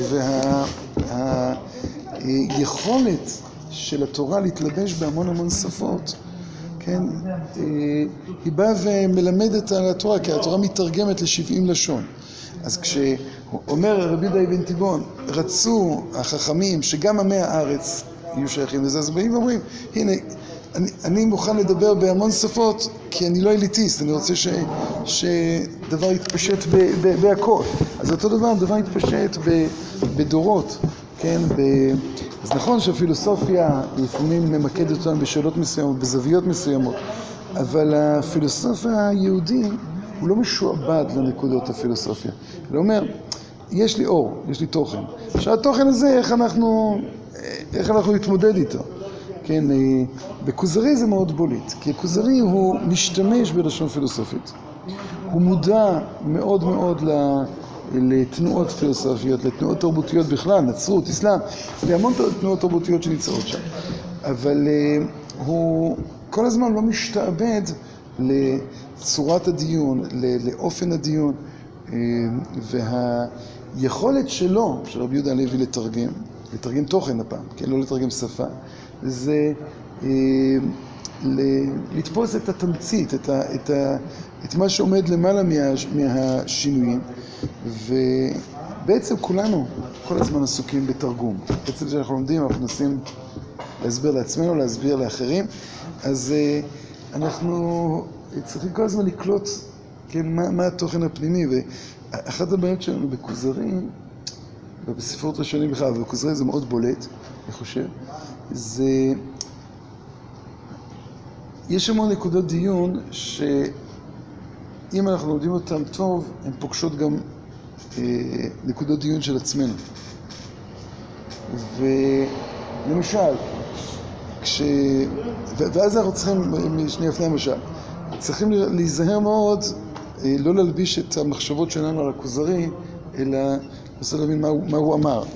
והיכולת של התורה להתלבש בהמון המון שפות, כן, היא באה ומלמדת על התורה, כי התורה מתרגמת ל70 לשון. אז כשאומר רבי יהודה אבן תיבון, רצו החכמים שגם עמי הארץ יהיו שייכים לזה, אז באים ואומרים, הנה, אני מוכן לדבר בהמון שפות, כי אני לא אליטיסט, אני רוצה שדבר יתפשט בהכל. אז אותו דבר יתפשט בדורות, כן? אז נכון שהפילוסופיה לפעמים ממקדת אותנו בשאלות מסוימות, בזוויות מסוימות, אבל הפילוסופיה היהודית הוא לא משועבד לנקודות הפילוסופיה. הוא אומר, יש לי אור, יש לי תוכן. שהתוכן הזה, איך אנחנו נתמודד איתו? כן, בכוזרי זה מאוד בולט, כי הכוזרי הוא משתמש בלשון פילוסופית. הוא מודע מאוד מאוד לתנועות פילוסופיות, לתנועות תרבותיות בכלל, נצרות, אסלאם, להמון תנועות תרבותיות שנמצאות שם. אבל הוא כל הזמן לא משתעבד לצורת הדיון, לאופן הדיון, והיכולת שלו, של רבי יהודה הלוי לתרגם תוכן הפעם, כן, לא לתרגם שפה, זה לתפוס את התמצית, את מה שעומד למעלה מהשינויים, ובעצם כולנו כל הזמן עסוקים בתרגום. בעצם שאנחנו לומדים, אנחנו מנסים להסביר לעצמנו, להסביר לאחרים, אז אנחנו צריכים כל הזמן לקלוט, כן, מה התוכן הפנימי, ואחת הבעיות שלנו בכוזרי, ובספרות ראשונים בכלל, ובכוזרי זה מאוד בולט, אני חושב, יש המון נקודות דיון שאם אנחנו לומדים אותם טוב, הן פוגשות גם נקודות דיון של עצמנו. ולמשל, ואז אנחנו צריכים, שנייה לפני המשל, צריכים להיזהר מאוד, לא להלביש את המחשבות שלנו על הכוזרי, אלא לנסות להבין מה הוא אמר.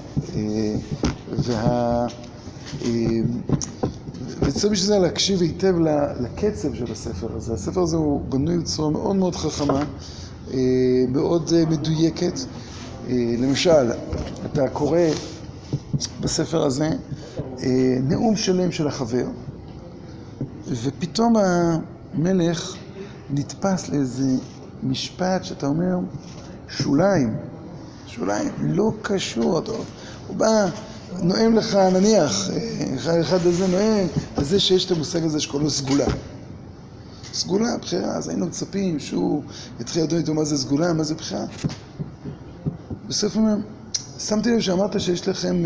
וצריך בשביל זה להקשיב היטב לקצב של הספר הזה. הספר הזה הוא בנוי בצורה מאוד מאוד חכמה, מאוד מדויקת. למשל, אתה קורא בספר הזה נאום שלם של החבר, ופתאום המלך נתפס לאיזה משפט שאתה אומר, שוליים, לא קשור. הוא בא, נואם לך, נניח, אחד הזה נואם, זה שיש את המושג הזה שקוראים לו סגולה. סגולה, בחירה, אז היינו מצפים שהוא יתחיל לדון איתו מה זה סגולה, מה זה בחירה. בסוף הוא אומר, שמתי לב שאמרת שיש לכם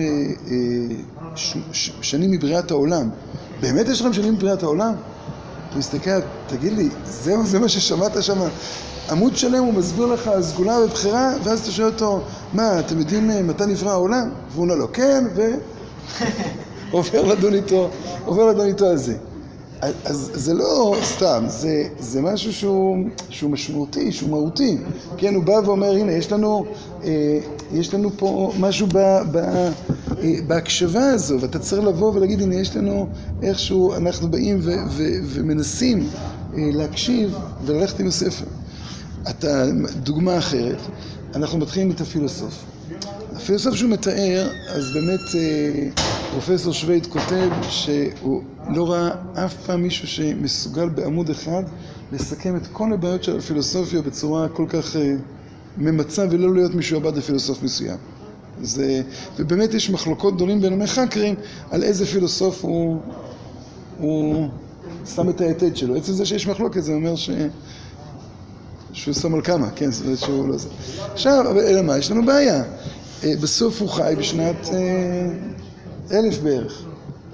שנים מבריאת העולם. באמת יש לכם שנים מבריאת העולם? הוא מסתכל, תגיד לי, זה מה ששמעת שם? עמוד שלם הוא מסביר לך סגולה ובחירה, ואז אתה שואל אותו, מה, אתם יודעים מתי נברא העולם? והוא אומר לו, כן, עובר לדון איתו על זה. אז זה לא סתם, זה משהו שהוא משמעותי, שהוא מהותי. כן, הוא בא ואומר, הנה, יש לנו פה משהו בהקשבה הזו, ואתה צריך לבוא ולהגיד, הנה, יש לנו איכשהו, אנחנו באים ומנסים להקשיב וללכת עם הספר. דוגמה אחרת, אנחנו מתחילים את הפילוסוף. הפילוסוף שהוא מתאר, אז באמת פרופסור שווייד כותב שהוא לא ראה אף פעם מישהו שמסוגל בעמוד אחד לסכם את כל הבעיות של הפילוסופיה בצורה כל כך ממצא ולא להיות משועבד לפילוסוף מסוים. ובאמת יש מחלוקות גדולים בין המחקרים על איזה פילוסוף הוא שם את היתד שלו. עצם זה שיש מחלוקת זה אומר שהוא שם על כמה, כן? זאת אומרת שהוא לא זה. עכשיו, אלא מה? יש לנו בעיה. בסוף הוא חי בשנת 1000 בערך.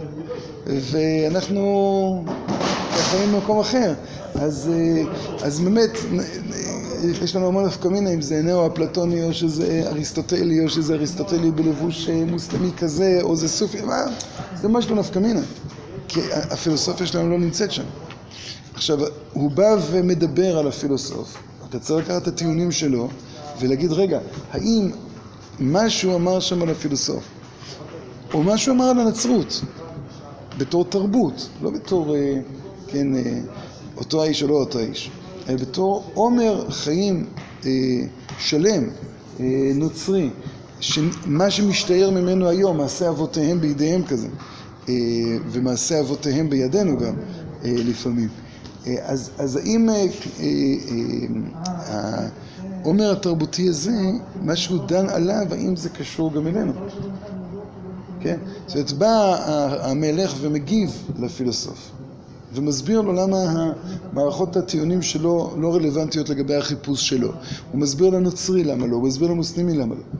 ואנחנו חיים במקום אחר. אז באמת, יש לנו המון נפקמינה, אם זה נאו-אפלטוני, או שזה אריסטוטלי, או שזה אריסטוטלי בלבוש מוסלמי כזה, או זה סופי, זה ממש לא נפקמינה. כי הפילוסופיה שלנו לא נמצאת שם. עכשיו, הוא בא ומדבר על הפילוסוף. אתה צריך לקחת את הטיעונים שלו, ולהגיד, רגע, האם מה שהוא אמר שם על הפילוסוף, או מה שהוא אמר על הנצרות, בתור תרבות, לא בתור, כן, אותו האיש או לא אותו האיש, אלא בתור עומר חיים שלם, נוצרי, שמה שמשתער ממנו היום, מעשה אבותיהם בידיהם כזה, ומעשה אבותיהם בידינו גם, לפעמים. אז האם העומר התרבותי הזה, מה שהוא דן עליו, האם זה קשור גם אלינו? כן? זאת אומרת, בא המלך ומגיב לפילוסוף, ומסביר לו למה המערכות הטיעונים שלו לא רלוונטיות לגבי החיפוש שלו. הוא מסביר לנוצרי למה לא, הוא מסביר למוסלמי למה לא.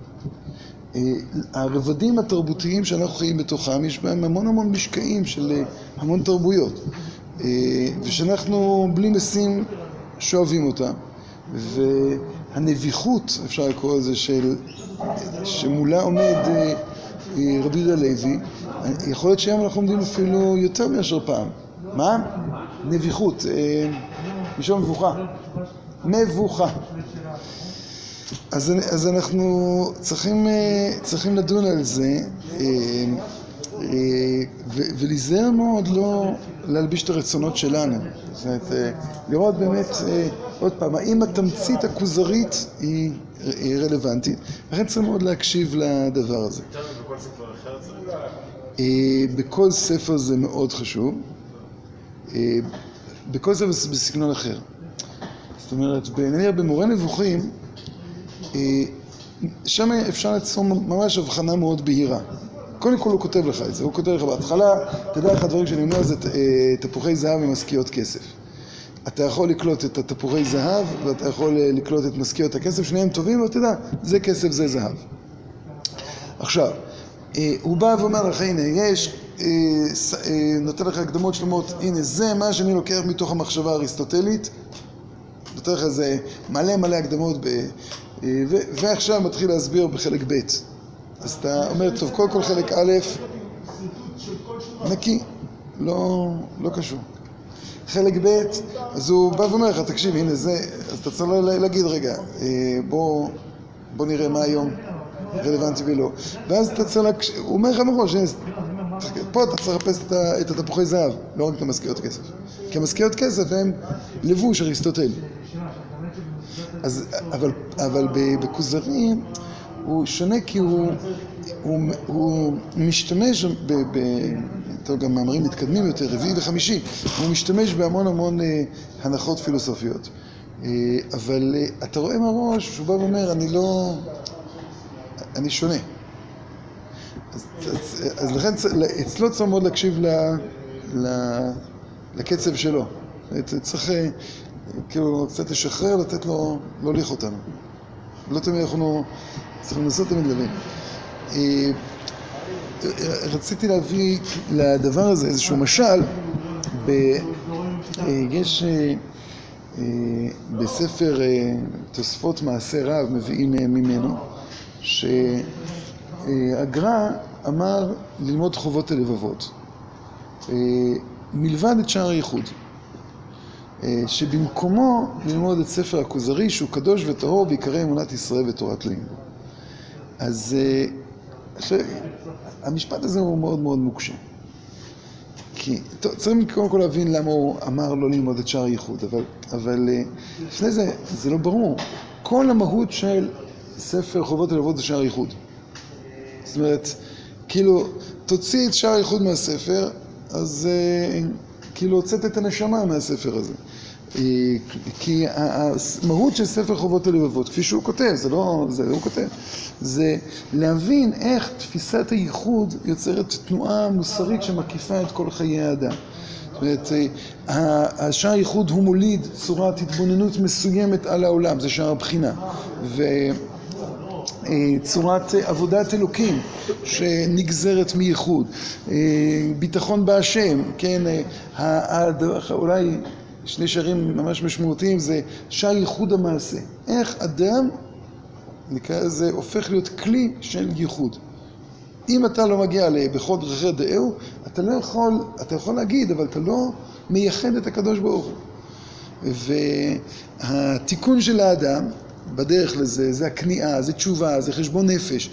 הרבדים התרבותיים שאנחנו חיים בתוכם, יש בהם המון משקעים של המון תרבויות, ושאנחנו בלי משים שואבים אותם. והנביחות, אפשר לקרוא לזה, שמולה עומד רבי יהודה הלוי, יכול להיות שהיום אנחנו עומדים אפילו יותר מאשר פעם. מה? נביחות, משום מבוכה. מבוכה. אז אנחנו צריכים לדון על זה, ולהיזהר מאוד לא להלביש את הרצונות שלנו. זאת אומרת, לראות באמת, עוד פעם, האם התמצית הכוזרית היא רלוונטית. לכן צריך מאוד להקשיב לדבר הזה. בכל ספר אחר צריך? בכל ספר זה מאוד חשוב. בכל ספר זה בסגנון אחר. זאת אומרת, במורה נבוכים, שם אפשר ליצור ממש הבחנה מאוד בהירה. קודם כל הוא כותב לך את זה, הוא כותב לך בהתחלה, תדע לך הדברים שאני אומר, זה תפוחי זהב ומשכיות כסף. אתה יכול לקלוט את התפוחי זהב, ואתה יכול לקלוט את משכיות הכסף, שניהם טובים, ואתה יודע, זה כסף, זה זהב. עכשיו, הוא בא ואומר לך, הנה, יש, נותן לך הקדמות שלמות, הנה, זה מה שאני לוקח מתוך המחשבה האריסטוטלית, נותן לך איזה מלא הקדמות, ועכשיו מתחיל להסביר בחלק ב'. אז אתה אומר, טוב, כל חלק א', נקי, לא קשור. חלק ב', אז הוא בא ואומר לך, תקשיב, הנה זה, אז אתה צריך להגיד, רגע, בוא נראה מה היום רלוונטי ולא. ואז אתה צריך, הוא אומר לך מראש, פה אתה צריך לחפש את התפוחי זהב, לא רק את המשכיות כסף. כי המשכיות כסף הם לבוש אריסטוטלי. אבל בכוזרי הוא שונה כי הוא משתמש גם מאמרים מתקדמים יותר, רביעי וחמישי, הוא משתמש בהמון הנחות פילוסופיות. אבל אתה רואה מראש שהוא בא ואומר, אני שונה. אז לכן אצלו צריך מאוד להקשיב לקצב שלו. צריך כאילו קצת לשחרר, לתת לו להוליך אותנו. לא תמיד אנחנו צריכים לנסות תמיד להבין. רציתי להביא לדבר הזה איזשהו משל. יש בספר תוספות מעשה רב מביאים ממנו שהגר"א אמר ללמוד חובות הלבבות מלבד את שער הייחוד, שבמקומו ללמוד את ספר הכוזרי שהוא קדוש וטהור ויקרא אמונת ישראל ותורת תלויים בו. אז המשפט הזה הוא מאוד מוקשה, כי צריכים קודם כל להבין למה הוא אמר לא ללמוד את שער הייחוד, אבל לפני זה לא ברור. כל המהות של ספר חובות הלבבות זה שער הייחוד. זאת אומרת, כאילו תוציא את שער הייחוד מהספר, אז כאילו הוצאת את הנשמה מהספר הזה. כי המהות של ספר חובות הלבבות, כפי שהוא כותב, זה הוא כותב, זה להבין איך תפיסת הייחוד יוצרת תנועה מוסרית שמקיפה את כל חיי האדם. זאת אומרת, השער הייחוד הוא מוליד צורת התבוננות מסוימת על העולם, זה שער הבחינה. צורת עבודת אלוקים שנגזרת מייחוד, ביטחון בהשם, כן, אולי שני שערים ממש משמעותיים זה שער ייחוד המעשה. איך אדם, נקרא לזה, הופך להיות כלי של ייחוד. אם אתה לא מגיע לבכל דרכי דאהו, אתה יכול להגיד, אבל אתה לא מייחד את הקדוש ברוך הוא. והתיקון של האדם בדרך לזה, זה הכניעה, זה תשובה, זה חשבון נפש.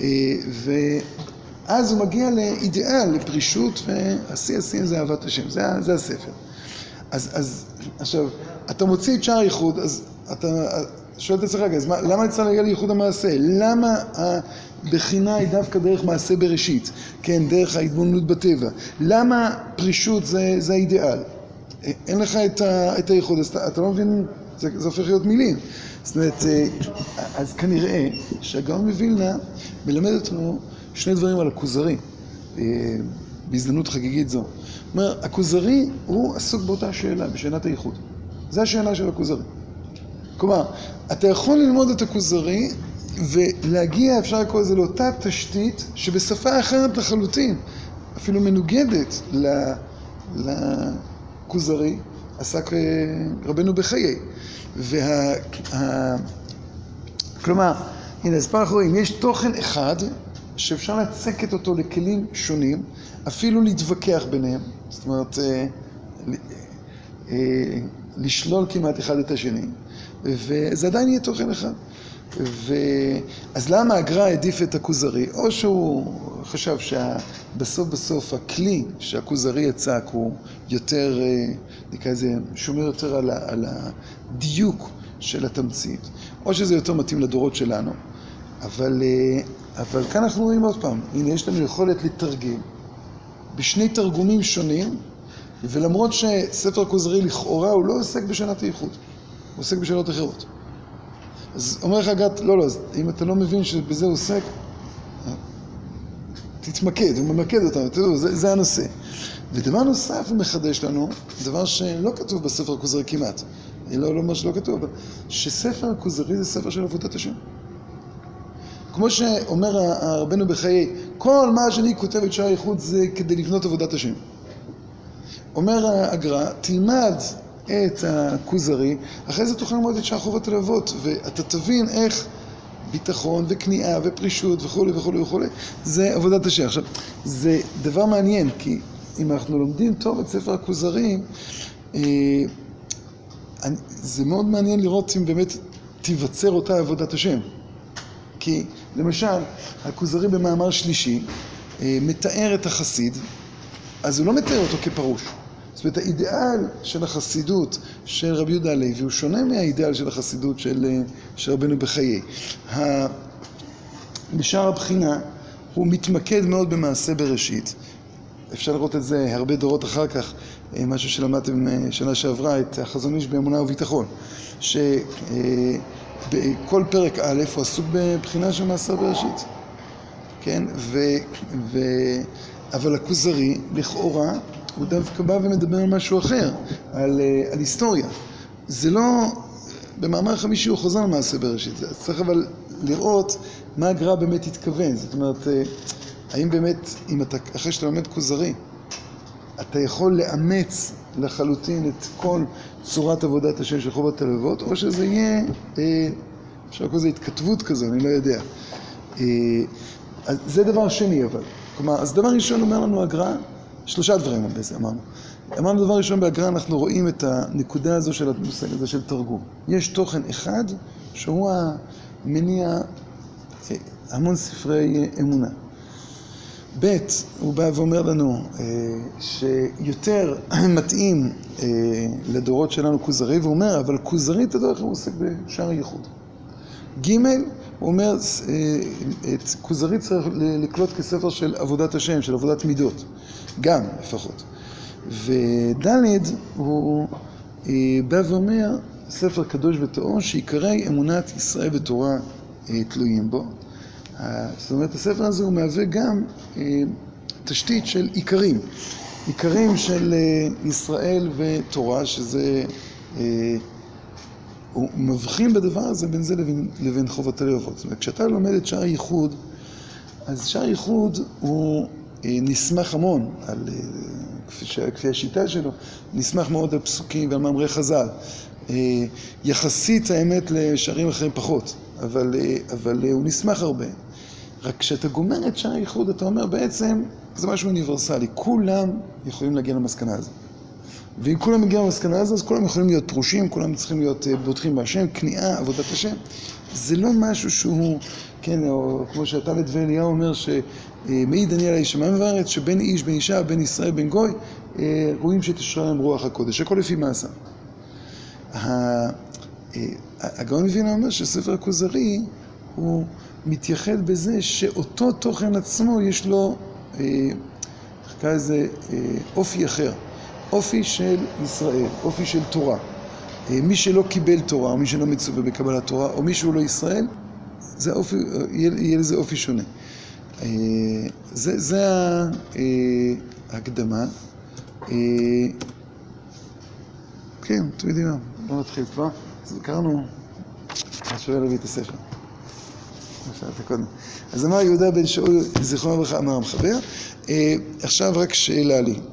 ואז הוא מגיע לאידיאל, לפרישות, והשיא זה אהבת השם. זה הספר. אז עכשיו, אתה מוציא את שער הייחוד, אז אתה שואל את עצמך, אז למה אני צריך להגיע לייחוד המעשה? למה הבחינה היא דווקא דרך מעשה בראשית? כן, דרך ההתבוננות בטבע. למה פרישות זה האידיאל? אין לך את הייחוד, אז אתה לא מבין, זה הופך להיות מילים. זאת אומרת, אז כנראה שהגאון מווילנה מלמד אותנו שני דברים על הכוזרי, בהזדמנות חגיגית זו. זאת אומרת, הכוזרי הוא עסוק באותה שאלה, בשאלת הייחוד. זו השאלה של הכוזרי. כלומר, אתה יכול ללמוד את הכוזרי ולהגיע, אפשר לקרוא לזה, לאותה תשתית שבשפה אחרת לחלוטין, אפילו מנוגדת לכוזרי, עסק רבנו בחיי. כלומר, הנה, אז פה אנחנו רואים, יש תוכן אחד שאפשר לצקת אותו לכלים שונים, אפילו להתווכח ביניהם, זאת אומרת, לשלול כמעט אחד את השני, וזה עדיין יהיה תוכן אחד. אז למה הגר"א העדיף את הכוזרי? או שהוא חשב שבסוף הכלי שהכוזרי יצק הוא יותר, נקרא לזה, שומר יותר על הדיוק של התמצית, או שזה יותר מתאים לדורות שלנו. אבל כאן אנחנו רואים עוד פעם, הנה יש לנו יכולת לתרגם בשני תרגומים שונים, ולמרות שספר הכוזרי לכאורה הוא לא עוסק בשאלת הייחוד, הוא עוסק בשאלות אחרות. אז אומר לך הגת, לא, אז אם אתה לא מבין שבזה הוא עוסק, תתמקד, הוא ממקד אותנו, תראו, זה הנושא. ודבר נוסף הוא מחדש לנו, דבר שלא כתוב בספר הכוזרי כמעט, לא מה שלא כתוב, אבל שספר הכוזרי זה ספר של עבודת השם. כמו שאומר הרבנו בחיי, כל מה שאני כותב את שער הייחוד זה כדי לבנות עבודת השם. אומר הגר"א, תלמד את הכוזרי, אחרי זה תוכל ללמוד את שער חובות הלבבות, ואתה תבין איך ביטחון וכניעה ופרישות וכו' וכו' וכו', זה עבודת השם. עכשיו, זה דבר מעניין, כי אם אנחנו לומדים טוב את ספר הכוזרי, זה מאוד מעניין לראות אם באמת תיווצר אותה עבודת השם. כי למשל, הכוזרי במאמר שלישי מתאר את החסיד, אז הוא לא מתאר אותו כפרוש. זאת אומרת, האידאל של החסידות של רבי יהודה הלוי הוא שונה מהאידאל של החסידות של רבנו בחיי. בשער הבחינה הוא מתמקד מאוד במעשה בראשית. אפשר לראות את זה הרבה דורות אחר כך, משהו שלמדתם שנה שעברה, את החזון איש באמונה וביטחון, שבכל פרק א' הוא עסוק בבחינה של מעשה בראשית. כן? אבל הכוזרי, לכאורה, הוא דווקא בא ומדבר על משהו אחר, על היסטוריה. זה לא, במאמר חמישי הוא חוזר על מעשה בראשית, צריך אבל לראות מה הגר"א באמת התכוון. זאת אומרת, האם באמת, אחרי שאתה לומד כוזרי, אתה יכול לאמץ לחלוטין את כל צורת עבודת השם של חובות הלבבות, או שזה יהיה, אפשר לקרוא לזה התכתבות כזו, אני לא יודע. אז זה דבר שני אבל. כלומר, אז דבר ראשון אומר לנו הגר"א, שלושה דברים בזה אמרנו. אמרנו דבר ראשון בהגר"א, אנחנו רואים את הנקודה הזו של המושג הזה של תרגום. יש תוכן אחד שהוא המניע המון ספרי אמונה. ב' הוא בא ואומר לנו שיותר מתאים לדורות שלנו כוזרי, והוא אומר, אבל כוזרי את הדרך הוא עוסק בשער הייחוד. ג' הוא אומר, את כוזרי צריך לקלוט כספר של עבודת השם, של עבודת מידות, גם לפחות. וד' הוא בא ואומר, ספר קדוש וטהור, שעיקרי אמונת ישראל ותורה תלויים בו. זאת אומרת, הספר הזה הוא מהווה גם תשתית של עיקרים של ישראל ותורה, שזה, הוא מבחין בדבר הזה בין זה לבין חובת הלבבות. זאת אומרת, כשאתה לומד את שער הייחוד, אז שער הייחוד הוא נסמך המון, כפי השיטה שלו, נסמך מאוד על פסוקים ועל מאמרי חז"ל. יחסית האמת לשערים אחרים פחות, אבל הוא נסמך הרבה. רק כשאתה גומר את שער הייחוד, אתה אומר בעצם, זה משהו אוניברסלי, כולם יכולים להגיע למסקנה הזו. ואם כולם מגיעים למסקנה הזו, אז כולם יכולים להיות פרושים, כולם צריכים להיות בוטחים בהשם, כניעה, עבודת השם. זה לא משהו שהוא, כן, או כמו שאתה לדבר אליהו אומר, שמעיד דניאל האיש שמיים וארץ, שבין איש, בין אישה, בין ישראל, בין גוי, רואים שתשרה להם רוח הקודש, הכל לפי מעשה. הגאון מווילנה אומר שספר הכוזרי הוא מתייחד בזה שאותו תוכן עצמו יש לו איזה אופי אחר, אופי של ישראל, אופי של תורה. מי שלא קיבל תורה, או מי שלא מצווה בקבלת תורה, או מי שהוא לא ישראל, זה אופי, יהיה לזה אופי שונה. זה ההקדמה. כן, אתם יודעים מה, לא נתחיל כבר. אז קראנו, שווה להביא את הספר. אז אמר יהודה בן שאול, זכרונו לברכה, אמר המחבר. עכשיו רק שאלה לי.